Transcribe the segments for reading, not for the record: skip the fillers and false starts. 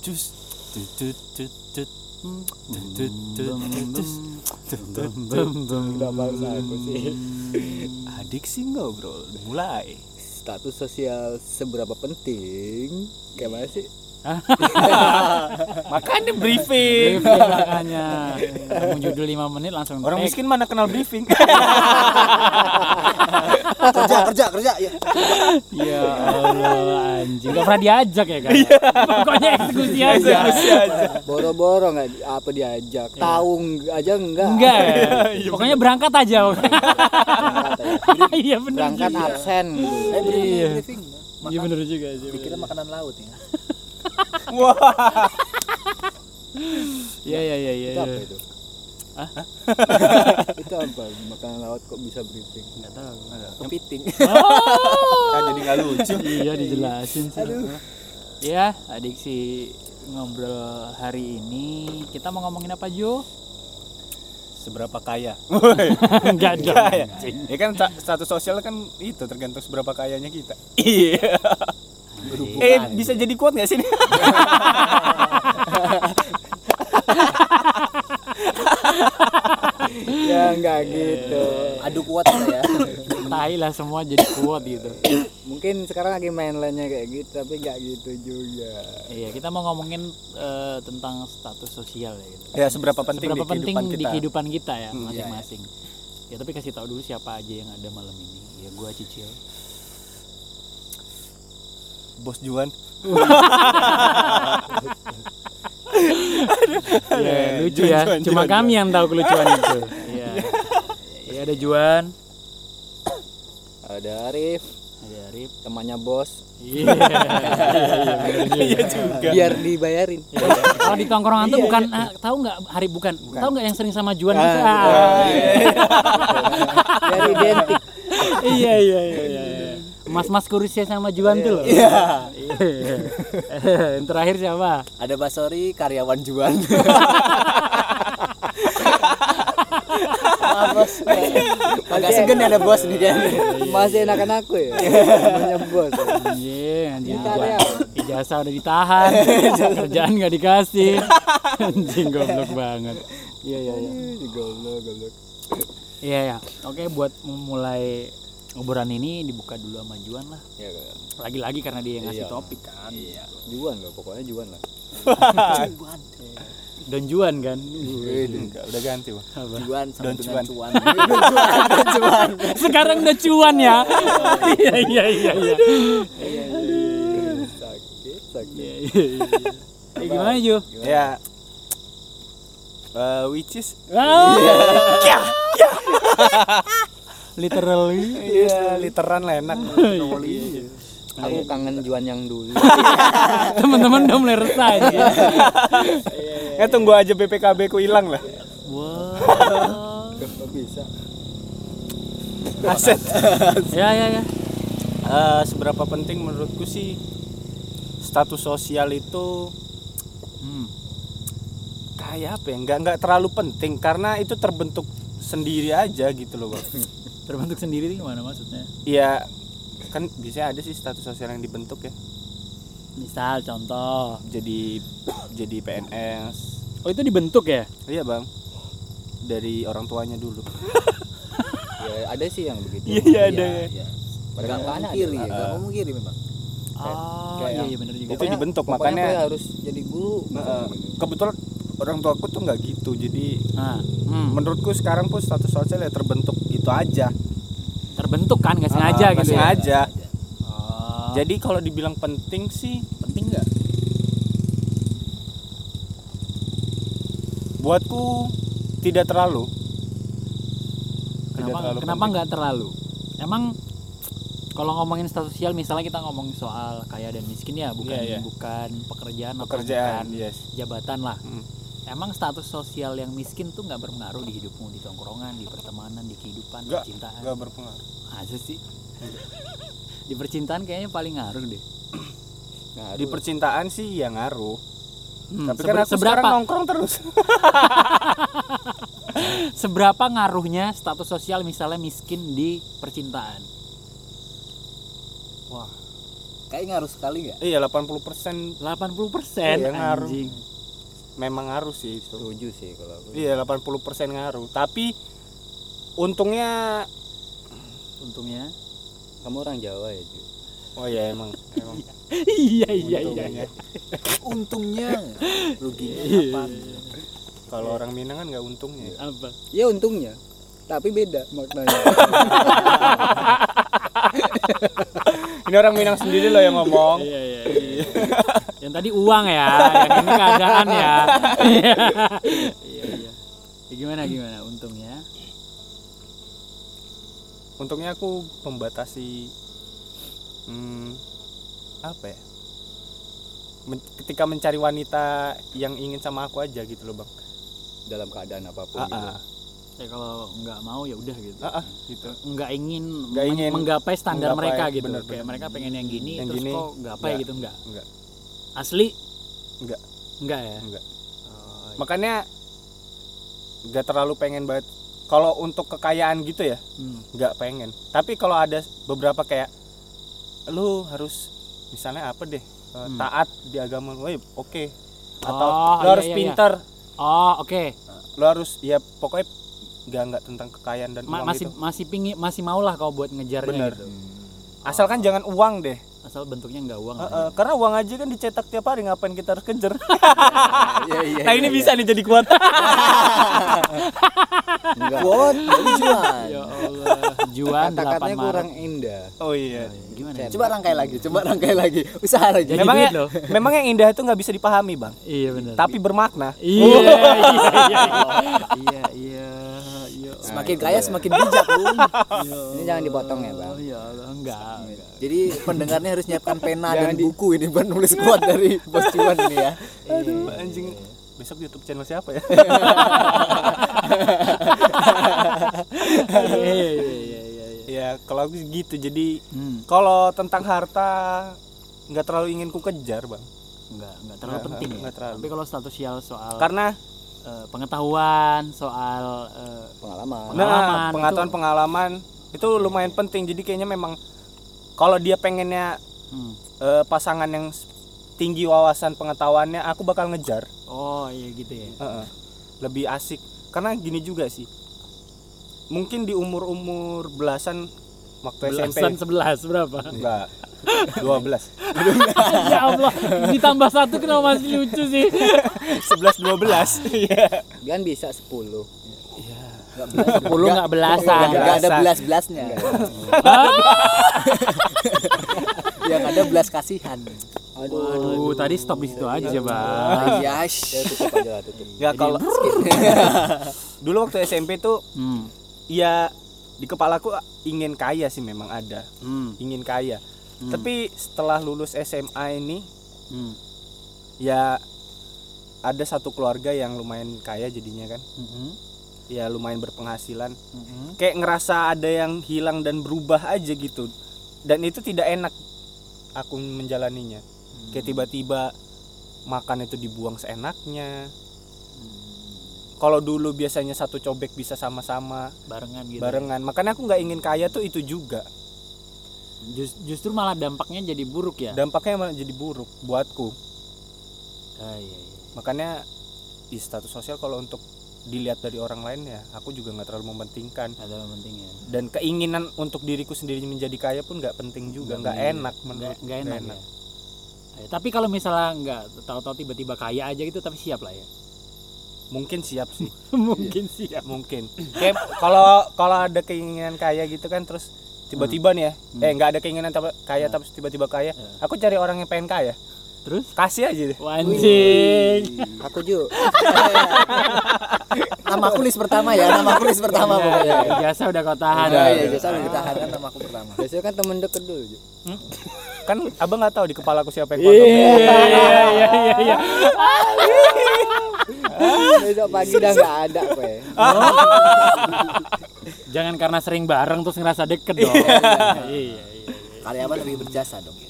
Cus. Udah bangsa aku sih. Adik sih ngobrol. Mulai. Status sosial seberapa penting? Kayak mana sih? Makanya briefing. Makanya kamu judul 5 menit langsung Orang miskin mana kenal briefing. kerja ya. Ya Allah anjing, gak pernah diajak ya kan? Pokoknya eksekusi aja. Boro-boro nggak apa diajak. Tahu aja enggak. Enggak ya? Pokoknya berangkat aja. Iya benar Berangkat juga. absen gitu. Iya. Briefing. Iya benar juga sih. Dikira makanan laut ya. Wah. Iya. Itu apa itu? Itu apa? Makanan laut kok bisa briefing? Enggak tahu. Kepiting. Kan jadi enggak lucu. Iya dijelasin sih. Ya, adik si ngobrol hari ini kita mau ngomongin apa Jo? Seberapa kaya? Enggak dong. Kaya. Ya kan status sosial kan itu tergantung seberapa kayanya kita. Iya. Bisa jadi quote enggak sih ini? Ya enggak gitu. Adu kuat ya. Tai lah semua jadi kuat gitu. Mungkin sekarang lagi main lainnya kayak gitu tapi enggak gitu juga. Iya, kita mau ngomongin tentang status sosial ya gitu. Ya seberapa penting Seberapa di penting kehidupan di kita. kehidupan kita ya Hmm, masing-masing. Ya tapi kasih tahu dulu siapa aja yang ada malam ini. Ya gua Cicil. Bos Juan. Ya, lucu ya. Cuma kami yang tahu kelucuan itu. Iya. Ya ada Juan, Ada Arif, ada Arif. temannya bos. Iya. Iya juga. Biar dibayarin. Kalau di tongkrongan tuh bukan tahu nggak Arif bukan. Tahu nggak yang sering sama Juan? Biar identik. Iya. Mas kurusnya sama Juan tuh loh. Iya. Yang terakhir siapa? Ada Basori, karyawan Juan. Bos. Agak segan ada bos nih kan. Masih enakan aku ya. Namanya bos. Iya, anjing. Ini karyawan. Ijazah udah ditahan. Kerjaan nggak dikasih. Anjing goblok banget. Iya. Goblok. Iya ya. Oke, buat memulai obrolan ini dibuka dulu sama Juan lah. Ya kan. Lagi-lagi karena dia yang ngasih Iya. topik kan. Iya. Juan loh, pokoknya Juan lah. Don Juan kan. Enggak, udah ganti, Bang. Apa? Juan sama Don dengan Juan. Cuan. Sekarang udah cuan ya. Iya. Sakit. Gimana Ju? Ya. Which is Literally. iya, literan lah enak. Aku kangen Juan yang dulu. Teman-teman udah mulai resah aja. Tunggu aja BPKB ku hilang lah. Wah. Kok bisa? Aset. Ya. Seberapa penting menurutku sih status sosial itu kayak apa ya? Nggak terlalu penting karena itu terbentuk sendiri aja gitu loh, Bang. Terbentuk sendiri itu gimana maksudnya? Iya, kan biasanya ada sih status sosial yang dibentuk ya. Misal contoh. Jadi PNS. Oh itu dibentuk ya? Iya, Bang. Dari orang tuanya dulu. Ya, ada sih yang begitu. Iya, ada. Iya. Padahal kanan kiri ya, enggak ngomong kiri memang. Iya benar juga. Itu dibentuk Pokoknya makanya harus jadi guru. kebetulan orang tuaku tuh nggak gitu. Jadi menurutku sekarang pun status sosial ya terbentuk gitu aja. Terbentuk kan nggak sengaja Nggak gitu sengaja. ya. Oh. Jadi kalau dibilang penting sih, penting nggak? buatku tidak terlalu. Kenapa nggak terlalu? Emang kalau ngomongin status sosial misalnya kita ngomongin soal kaya dan miskin ya, bukan Iya. bukan pekerjaan atau Pekerjaan, bukan yes. jabatan lah. Hmm. Emang status sosial yang miskin tuh nggak berpengaruh di hidupmu, di tongkrongan, di pertemanan, di kehidupan, Nggak, percintaan? nggak berpengaruh. Masa sih? Di percintaan kayaknya paling ngaruh deh. Nah, Di percintaan sih ya ngaruh. Tapi kan aku seberapa sekarang nongkrong terus. seberapa ngaruhnya status sosial misalnya miskin di percintaan? Wah, Kayak ngaruh sekali enggak? Iya 80%. 80% Iya, ngaruh. anjing. Memang ngaruh sih itu. Setuju sih kalau aku. Iya 80% ngaruh. Tapi untungnya Kamu orang Jawa ya, Ju? oh ya emang iya. untungnya. Untungnya ruginya apa? Kalau orang Minang kan nggak untungnya. Apa? Ya untungnya. Tapi beda maknanya. Ini orang Minang sendiri loh yang ngomong. Iya. Yang tadi uang ya, yang ini keadaan ya. Iya. Ya, gimana untungnya? Untungnya aku membatasi apa ya? Ketika mencari wanita yang ingin sama aku aja gitu loh, Bang. Dalam keadaan apapun gitu. Ya kalau nggak mau ya udah gitu. Gitu. Nggak ingin Menggapai, menggapai standar mereka gitu. bener. Kayak mereka pengen yang gini Yang terus gini, kok gapai enggak. gitu enggak. Enggak. Asli? Enggak. Enggak ya? Enggak. Oh, iya. Makanya nggak terlalu pengen banget. Kalau untuk kekayaan gitu ya, nggak pengen. Tapi kalau ada beberapa kayak lu harus misalnya apa deh, taat di agama lu, oke. Atau lu harus pintar. Oh, oke. Lu harus ya pokoknya nggak tentang kekayaan dan uang gitu. Masih maulah kau buat ngejarnya Bener. gitu. Asalkan jangan uang deh. Asal bentuknya nggak uang. Karena uang aja kan dicetak tiap hari, ngapain kita harus kejar? Iya. Nah ini bisa nih jadi kuat. Enggak. Buat jual. Ya Allah, juan 8 Kata-katanya Maret. kurang indah. Oh iya. Gimana? Coba rangkai lagi. Usaha aja. Jadi Memang duit loh. memang yang indah itu nggak bisa dipahami, Bang. Iya benar. Tapi bermakna. Iya. Semakin kaya semakin bijak, Bung. Ini jangan dipotong ya, Bang. Ya Allah, enggak. Jadi pendengarnya harus nyiapkan pena dan buku ini buat nulis kuat dari Bos Cuan ini ya. Aduh, anjing. Besok YouTube channel siapa ya? Iya. Ya, kalau aku gitu. Jadi kalau tentang harta nggak terlalu ingin ku kejar, Bang. Enggak terlalu penting ya. Nggak terlalu. Tapi kalau status sosial soal Karena pengetahuan, soal Kan bisa 10. Iya. 10 enggak belasan. Enggak ada belas-belasnya. Yang ada belas kasihan. Aduh, tadi stop di situ aja, Bang. Yes. Tutup aja. Nggak, kalau dulu waktu SMP tuh ya di kepalaku ingin kaya sih, memang ada ingin kaya. Tapi setelah lulus SMA ini ya ada satu keluarga yang lumayan kaya jadinya kan. Ya lumayan berpenghasilan. Kayak ngerasa ada yang hilang dan berubah aja gitu. Dan itu tidak enak aku menjalaninya. Kayak tiba-tiba makan itu dibuang seenaknya. Kalau dulu biasanya satu cobek bisa sama-sama Barengan gitu. barengan. Makanya aku nggak ingin kaya tuh itu juga. Justru malah dampaknya jadi buruk ya. Dampaknya malah jadi buruk buatku. Iya. Makanya di status sosial kalau untuk dilihat dari orang lain ya aku juga nggak terlalu mementingkan. Ada penting ya. Dan keinginan untuk diriku sendiri menjadi kaya pun nggak penting juga, nggak enak menurut. Nggak enak. Ya. Tapi kalau misalnya nggak tahu-tahu tiba-tiba kaya aja gitu, tapi siap lah ya. Mungkin siap sih. Mungkin siap. Mungkin. Kayak kalau ada keinginan kaya gitu kan, terus tiba-tiba nih ya, nggak ada keinginan kaya tapi tiba-tiba kaya. Aku cari orang yang pengen kaya. Terus Kasih aja deh. anjing. Aku Ju. Nama aku list pertama pokoknya. Jasa udah kau tahan. Iya, biasa udah ditahan kan nama aku pertama. Biasanya kan temen deket dulu, Ju. Kan abang nggak tahu di kepala aku siapa yang kotor. Iya. Besok pagi udah enggak ada kowe. Jangan karena sering bareng terus ngerasa deket dong. Iya. Karyawan lebih berjasa dong.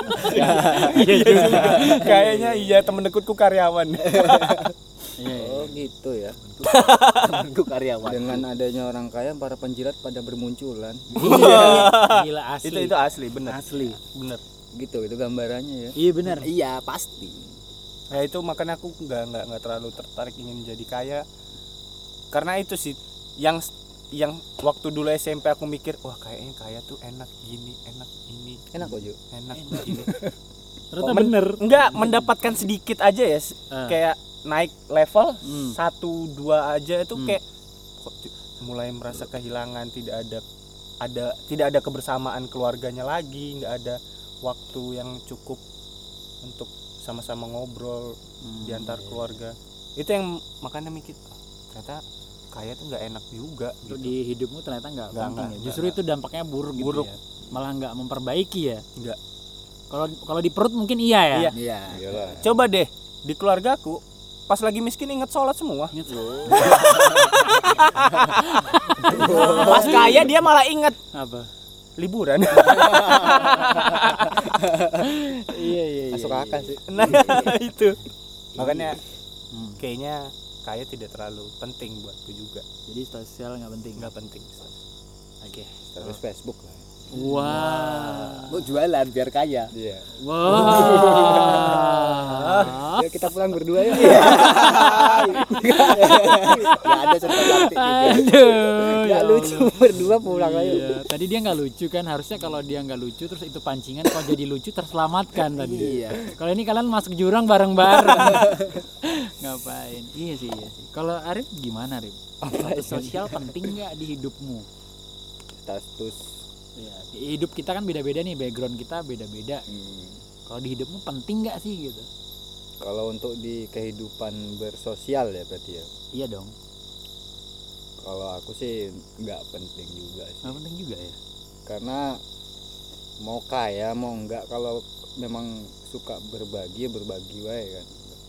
Kayaknya iya, temen dekutku karyawan. Iya. gitu ya. Untuk karyawan. Dengan adanya orang kaya, para penjilat pada bermunculan. Gila asli. Itu asli, bener. Asli. Bener. Gitu itu gambarannya ya. Iya benar. Iya, pasti. Nah itu makanya aku nggak terlalu tertarik ingin jadi kaya. Karena itu sih yang waktu dulu SMP aku mikir, wah kayaknya kaya tuh enak gini, enak ini. Enak kok, Ju. Enak ini. Ternyata bener. Enggak, mendapatkan sedikit aja ya. Kayak naik level 1 2 aja itu kayak kok mulai merasa kehilangan, tidak ada kebersamaan keluarganya lagi, nggak ada waktu yang cukup untuk sama-sama ngobrol di antar keluarga. Itu yang makanya mikir, ternyata kaya tuh nggak enak juga Untuk gitu. di hidupmu ternyata nggak penting enggak, ya. Justru itu dampaknya buruk gitu ya. Malah nggak memperbaiki ya. Enggak. Kalau di perut mungkin iya ya. Iya. Iyalah. Coba deh di keluargaku pas lagi miskin inget sholat semua. Pas kaya dia malah inget Apa? liburan. Iya. Masuk akal sih. Nah itu makanya kayaknya kaya tidak terlalu penting buatku juga. Jadi sosial nggak penting. Nggak penting. Oke. Terus Facebook lah. Wah. Mau jualan biar kaya. Iya. Wah. Ya kita pulang berdua ya. Enggak ada cerita cantik gitu. Aduh. Enggak lucu berdua pulang aja. Iya. Tadi dia nggak lucu kan, harusnya kalau dia nggak lucu terus itu pancingan, kalau jadi lucu terselamatkan tadi. Iya. Kalau ini kalian masuk jurang bareng-bareng. Ngapain? Iya sih. Kalau Arif gimana, Arif? Status sosial penting nggak di hidupmu? Status Ya, hidup kita kan beda-beda nih, background kita beda-beda. Kalau di hidupmu penting nggak sih gitu? kalau untuk di kehidupan bersosial ya berarti ya. Iya dong. Kalau aku sih nggak penting juga sih. Nggak penting juga ya. Karena mau kaya mau enggak, kalau memang suka berbagi ya berbagi wae kan.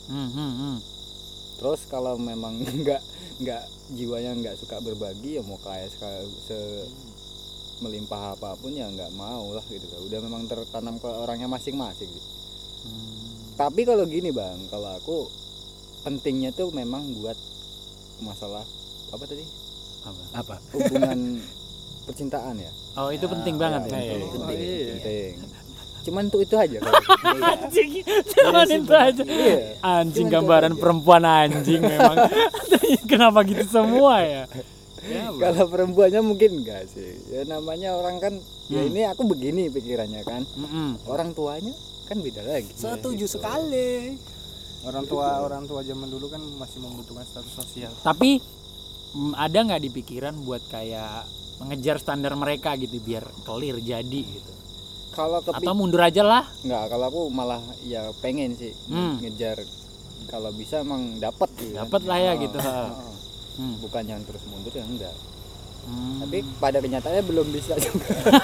Terus kalau memang enggak jiwanya enggak suka berbagi ya mau kaya melimpah apapun ya enggak mau lah gitu kan. Udah memang tertanam ke orangnya masing-masing gitu. Tapi kalau gini Bang, kalau aku pentingnya tuh memang buat masalah apa tadi? Apa? Hubungan percintaan ya. Oh itu penting banget ya. Penting. Cuman untuk itu aja kalau. Anjing, cuman itu aja. Anjing, gambaran perempuan anjing memang. Kenapa gitu semua ya? Kalau perempuannya mungkin enggak sih. Ya namanya orang kan ya ini aku begini pikirannya kan. Orang tuanya kan beda lagi. Setuju sekali. Orang tua zaman dulu kan masih membutuhkan status sosial. Tapi ada nggak di pikiran buat kayak mengejar standar mereka gitu biar clear jadi gitu? Kalau Atau mundur aja lah? enggak, kalau aku malah ya pengen sih ngejar, kalau bisa emang dapat gitu. Dapat lah ya gitu. Bukan yang terus mundur ya enggak. Tapi pada kenyataannya belum bisa juga.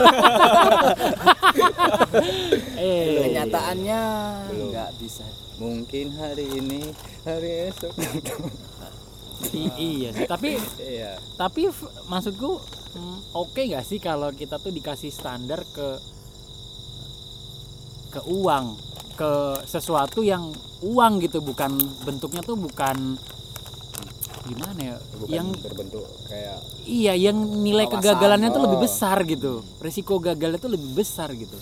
Kenyataannya Belum. nggak bisa. Mungkin hari ini, hari esok. Iya sih. Iya. Tapi maksudku oke nggak sih kalau kita tuh dikasih standar ke uang, ke sesuatu yang uang gitu, bukan bentuknya tuh bukan gimana ya, Bukan yang berbentuk kayak yang nilai Kawasan. kegagalannya tuh lebih besar gitu, risiko gagalnya tuh lebih besar gitu.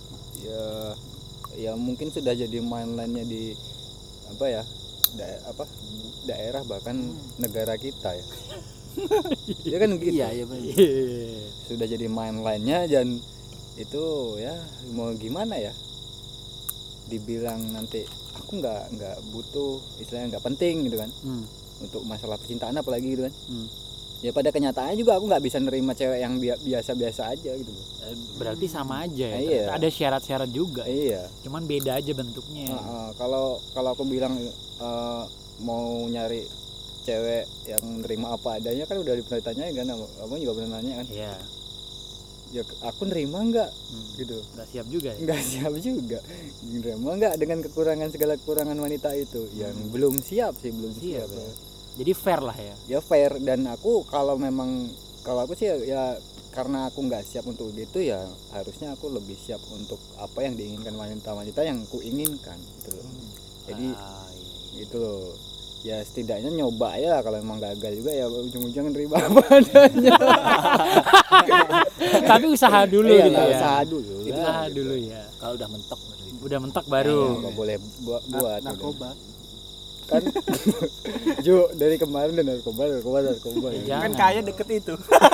ya mungkin sudah jadi mainline-nya di apa ya, daerah bahkan negara kita ya. Ya kan gitu. Iya benar. Sudah jadi mainline-nya dan itu ya mau gimana ya, dibilang nanti aku nggak butuh, istilahnya nggak penting gitu kan, untuk masalah percintaan apalagi gitu kan. Ya pada kenyataannya juga aku nggak bisa nerima cewek yang biasa-biasa aja gitu. Berarti sama aja ya. Iya. Ada syarat-syarat juga. Iya. Cuman beda aja bentuknya. Kalau aku bilang mau nyari cewek yang nerima apa adanya kan udah pernah ditanyain kan, kamu juga pernah nanya kan. Iya. Ya aku nerima nggak gitu. Nggak siap juga ya. Nggak siap juga. Nerima nggak dengan segala kekurangan wanita itu yang belum siap sih, belum siap. Ya. Jadi fair lah ya. Ya fair, dan aku kalau aku sih ya karena aku nggak siap untuk gitu ya harusnya aku lebih siap untuk apa yang diinginkan wanita-wanita yang ku inginkan gitu loh. Jadi Iya. gitu loh. ya setidaknya nyoba ya, kalau emang gagal juga ya ujung-ujungnya nerima apa adanya. Tapi usaha dulu Iya, gitu ya. usaha dulu. Usaha dulu ya. Kalau udah mentok Udah mentok baru. Nggak boleh buat narkoba. kan. Ju dari kemarin udah narkoba. Jangan. Kan kaya deket itu.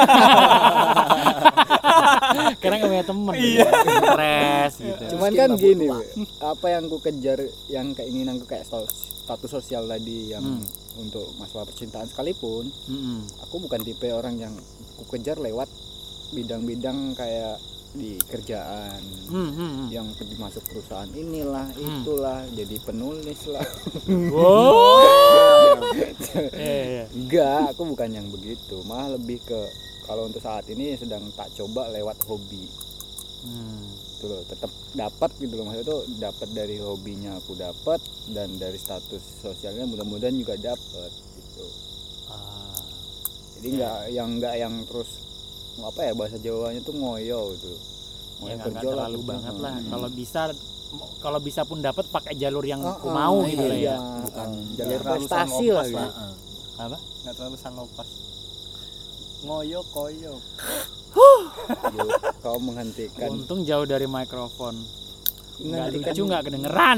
Karena gak punya temen. Iya. Stres gitu. Cuman kan gini, apa yang ku kejar, yang keinginan ku kayak status sosial tadi yang untuk masalah percintaan sekalipun, aku bukan tipe orang yang ku kejar lewat bidang-bidang kayak di kerjaan, yang masuk perusahaan inilah, itulah, jadi penulis lah. Wow. Enggak, aku bukan yang begitu, malah lebih ke kalau untuk saat ini sedang tak coba lewat hobi. Itu loh, tetap dapat gitu loh, maksudnya tuh dapat dari hobinya aku dapat, dan dari status sosialnya mudah-mudahan juga dapat gitu. Jadi enggak yang terus apa ya, bahasa Jawanya tuh ngoyo gitu. Ya nggak terlalu banget lah. Kalau bisa pun dapat pakai jalur yang aku mau gitu lah ya. Bukan jalur prestasi lah gitu. Apa? Nggak terlalu sangopas. Ngoyo koyo. Kau menghentikan. Untung jauh dari mikrofon. Nggak Menghentikan. lucu, nggak kedengeran.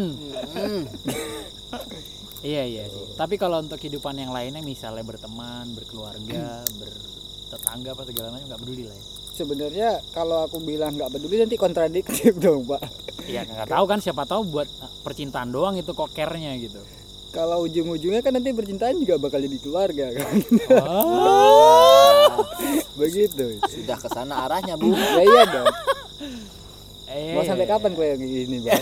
Iya sih. Tapi kalau untuk kehidupan yang lainnya, misalnya berteman, berkeluarga, bertetangga apa segala macam, nggak peduli lah ya. Sebenarnya kalau aku bilang nggak peduli nanti kontradiktif dong, Pak. Iya, nggak tahu kan, siapa tahu buat percintaan doang itu kok care-nya gitu. Kalau ujung-ujungnya kan nanti percintaan juga bakal jadi keluarga kan. Begitu. Sudah ke sana arahnya, Bu. Ya iya dong. Mau sampai kapan kue yang gini, Bang?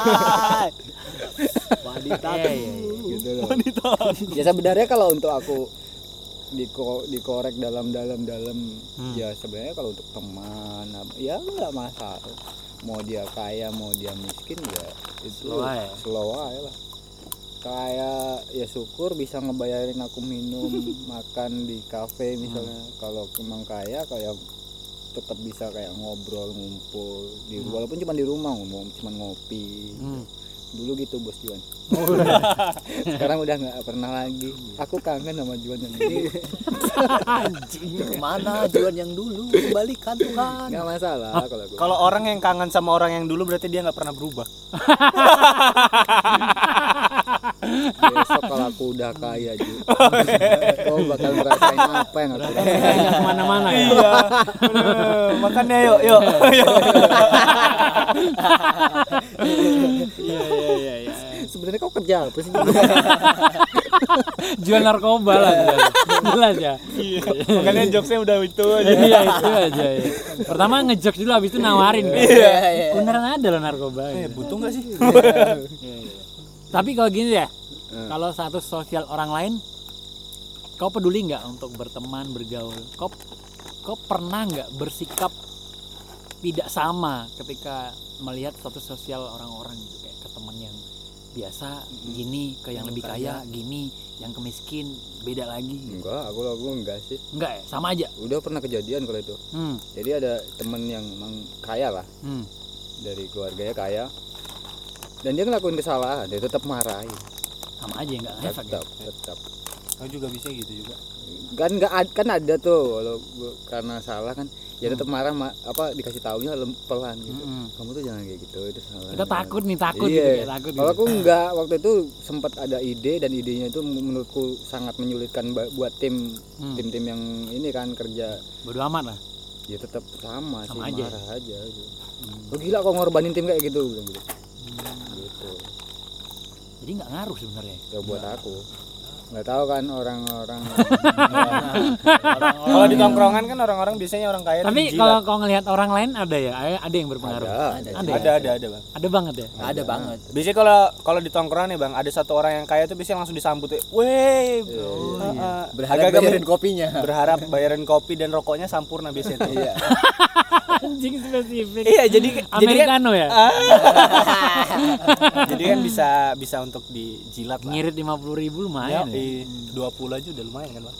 Wanita Gitu loh. Ya sebenarnya kalau untuk aku dikorek dalam ya sebenarnya kalau untuk teman ya nggak masalah, mau dia kaya mau dia miskin ya itu slow aja lah. Kayak ya syukur bisa ngebayarin aku minum makan di kafe misalnya. Kalau emang kaya kayak tetap bisa kayak ngobrol ngumpul di walaupun cuma di rumah cuma ngopi. Dulu gitu Bos Juan. Sekarang udah nggak pernah lagi. Aku kangen sama Juan yang dulu. Mana Juan yang dulu? Kembalikan Tuhan. Nggak masalah kalau aku. Kalau orang yang kangen sama orang yang dulu berarti dia nggak pernah berubah. Besok kalau aku udah kaya juga, kau bakal ngerasain apa yang aku rasain. Nggak kemana-mana ya. Makanya yuk. Iya. Sebenarnya kau kerja apa sih? Jual narkoba lah, jelas ya. Iya. Makanya jokesnya udah itu aja. Iya itu aja. Ya. Pertama ngejokes dulu, habis itu nawarin kan. Iya. Beneran ada loh narkoba. Gitu. Butuh nggak sih? Tapi kalau gini ya, kalau status sosial orang lain, kau peduli nggak untuk berteman, bergaul? Kau pernah nggak bersikap tidak sama ketika melihat status sosial orang-orang gitu, kayak ke teman yang biasa gini, ke yang lebih kaya gini, yang ke miskin beda lagi? Enggak, aku enggak sih. Enggak ya, sama aja. Udah pernah kejadian kalau itu. Jadi ada temen yang emang kaya lah, dari keluarganya kaya, dan dia ngelakuin kesalahan, dia tetap marahin. Sama aja nggak ngefek ya? Tetap. Kau juga bisa gitu juga. Kan ada tuh kalau karena salah kan ya tetap marah dikasih taunya pelan gitu. Kamu tuh jangan kayak gitu, itu salah. Kita takut iya. gitu ya, takut. Kalau aku enggak, waktu itu sempat ada ide, dan idenya itu menurutku sangat menyulitkan buat tim yang ini kan kerja. Bodo amat lah. Ya tetap sama sih, aja. marah aja gitu. Lo gila kok ngorbanin tim kayak gitu bilang gitu. Gitu. Jadi nggak ngaruh sebenarnya. Ya buat aku. Nggak tahu kan orang-orang. Kalau di tongkrongan kan orang-orang biasanya orang kaya. Tapi kalau kau ngelihat orang lain ada ya, ada yang berpengaruh. Ada. Ada bang. Ada banget ya. Ada banget. Biasanya kalau di tongkrongan ya bang, ada satu orang yang kaya tuh biasanya langsung disambut, weh. Berharap bayarin kopinya. Berharap bayarin kopi dan rokoknya sampurna biasanya tuh. Iya. Anjing spesifik. Iya, jadi Americano ya. Jadi kan bisa untuk dijilat lah. Ngirit 50.000 lumayan ya. 20 aja udah lumayan kan bang.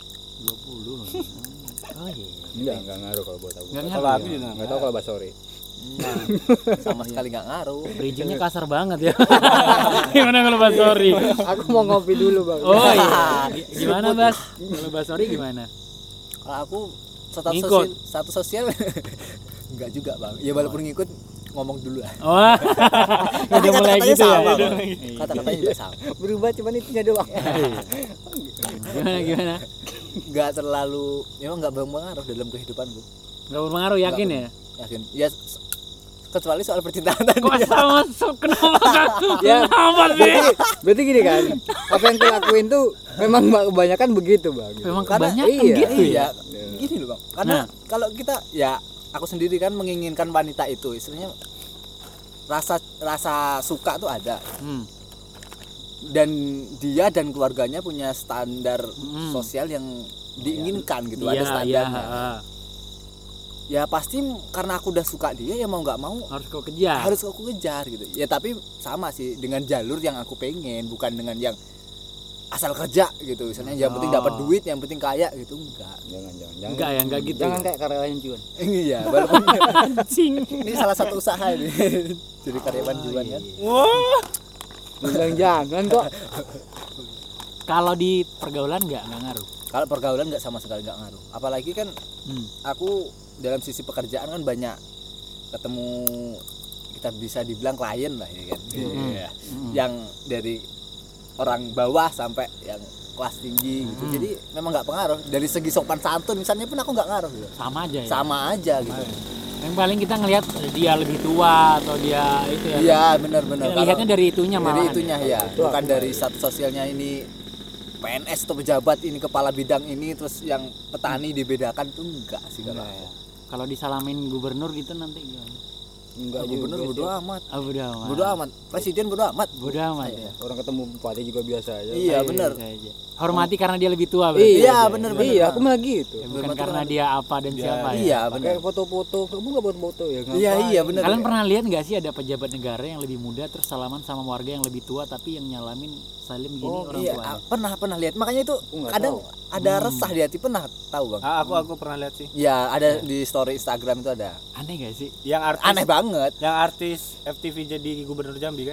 20. Oh iya. Enggak ngaruh kalau buat aku. Nggak Kalau aku juga Nggak tahu kalau Basori. Nah, sama sekali nggak ngaruh. Bridgingnya kasar banget ya. Gimana kalau Bas Sorry? Aku mau ngopi dulu bang. Oh iya. Gimana Bas? Kalau Bas Sorry gimana? Kalau aku Ngikut. status sosial enggak juga bang. Ya walaupun ngikut ngomong dulu lah. Wah. Udah mulai Kata-katanya gitu ya. sama, Bang. Kata-katanya juga sama. Berubah cuman itunya doang. Gimana? Enggak terlalu, memang enggak berpengaruh dalam kehidupanku. Gak berpengaruh yakin ya? Yakin. Ya kecuali soal percintaan tadi. Kok sama kenapa satu? Ya, Kenapa sih? berarti gini kan, apa yang kulakuin tuh memang kebanyakan begitu bang. Memang Karena kebanyakan gitu ya. Gini loh bang. Karena kalau kita ya aku sendiri kan menginginkan wanita itu, istilahnya rasa suka tuh ada. Dan dia dan keluarganya punya standar sosial yang diinginkan gitu, ada standarnya. Ya pasti karena aku udah suka dia ya mau nggak mau Harus kau kejar. harus aku kejar gitu ya, tapi sama sih dengan jalur yang aku pengen, bukan dengan yang asal kerja gitu misalnya yang penting dapat duit, yang penting kaya gitu. Jangan. Enggak ya, enggak gitu. Jangan kayak karyawan Juan. Iya walaupun Anjing. ini salah satu usaha ini jadi karyawan Juan kan. Wah. Bilang jangan kok. Kalau di pergaulan enggak ngaruh. Kalau pergaulan nggak sama sekali nggak ngaruh, apalagi kan aku dalam sisi pekerjaan kan banyak ketemu, kita bisa dibilang klien lah ya kan. Yang dari orang bawah sampai yang kelas tinggi gitu. Jadi memang nggak pengaruh. Dari segi sopan santun misalnya pun aku nggak ngaruh gitu. Sama aja ya. Sama aja gitu. Yang paling kita ngelihat dia lebih tua atau dia itu ya. Iya benar-benar. Lihatnya dari itunya malah. Dari itunya ya, bukan dari status sosialnya ini PNS atau pejabat ini, kepala bidang ini, terus yang petani dibedakan tuh enggak sih kalau aku. Kalau disalamin gubernur gitu nanti gimana? Enggak Gubernur juga bodo sih. amat. Oh, bodo amat. Bodo amat. Presiden bodo amat. Bodo amat ya. Orang ketemu bupati juga biasa aja. Iya benar. Biasa aja. Hormati karena dia lebih tua berarti. Iya benar. Iya, aku malah gitu. Ya, bukan karena dia apa dan siapa ya. Iya benar. Kayak foto-foto, kamu nggak buat foto ya? Iya benar. Kalian pernah lihat nggak sih ada pejabat negara yang lebih muda terus salaman sama warga yang lebih tua tapi yang nyalamin salim gini orang Iya, tuanya? pernah lihat. Makanya itu nggak kadang ada resah di hati, pernah tahu bang? Aku pernah lihat sih. Ya ada di story Instagram itu ada. Aneh gak sih? Yang artis Aneh banget. Yang artis FTV jadi gubernur Jambi kan?